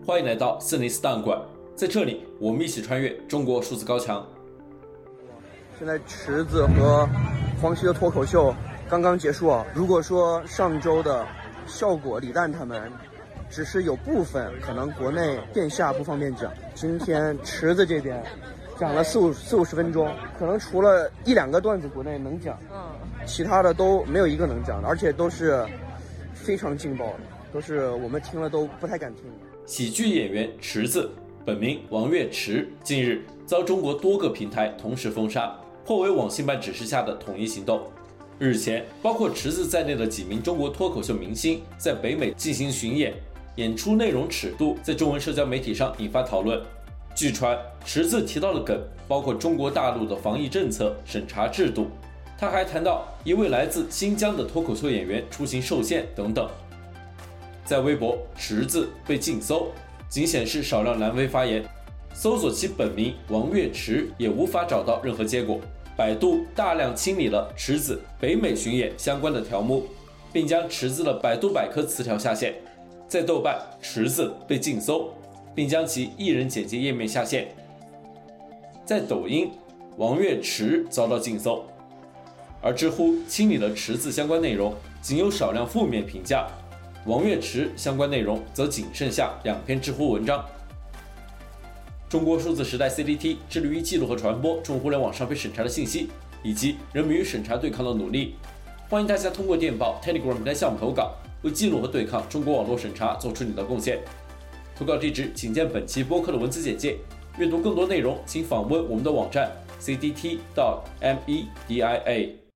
欢迎来到404档案馆，在这里我们一起穿越中国数字高墙。 现在池子和黄西的脱口秀刚刚结束啊。如果说上周的效果李诞他们只是有部分可能国内线下不方便讲，今天池子这边讲了四五十分钟，可能除了一两个段子国内能讲，其他的都没有一个能讲的，而且都是非常劲爆的，都是我们听了都不太敢听。 喜剧演员池子，本名王岳池，近日遭中国多个平台同时封杀，颇为网信办指示下的统一行动。日前，包括池子在内的几名中国脱口秀明星在北美进行巡演，演出内容尺度在中文社交媒体上引发讨论。据传，池子提到的梗包括中国大陆的防疫政策、审查制度，他还谈到一位来自新疆的脱口秀演员出行受限等等。在微博，池子被禁搜，仅显示少量蓝 V 发言，搜索其本名王岳池也无法找到任何结果。百度大量清理了池子北美巡演相关的条目，并将池子的百度百科词条下线。在豆瓣，池子被禁搜，并将其艺人简介页面下线。在抖音，王岳池遭到禁搜，而知乎清理了池子相关内容，仅有少量负面评价。王岳池相关内容则仅剩下2篇知乎文章。中国数字时代 CDT 致力于记录和传播中互联网上被审查的信息，以及人们与审查对抗的努力。欢迎大家通过电报 Telegram 平台项目投稿，为记录和对抗中国网络审查做出你的贡献。投稿地址请见本期播客的文字简介。阅读更多内容，请访问我们的网站 cdt.media。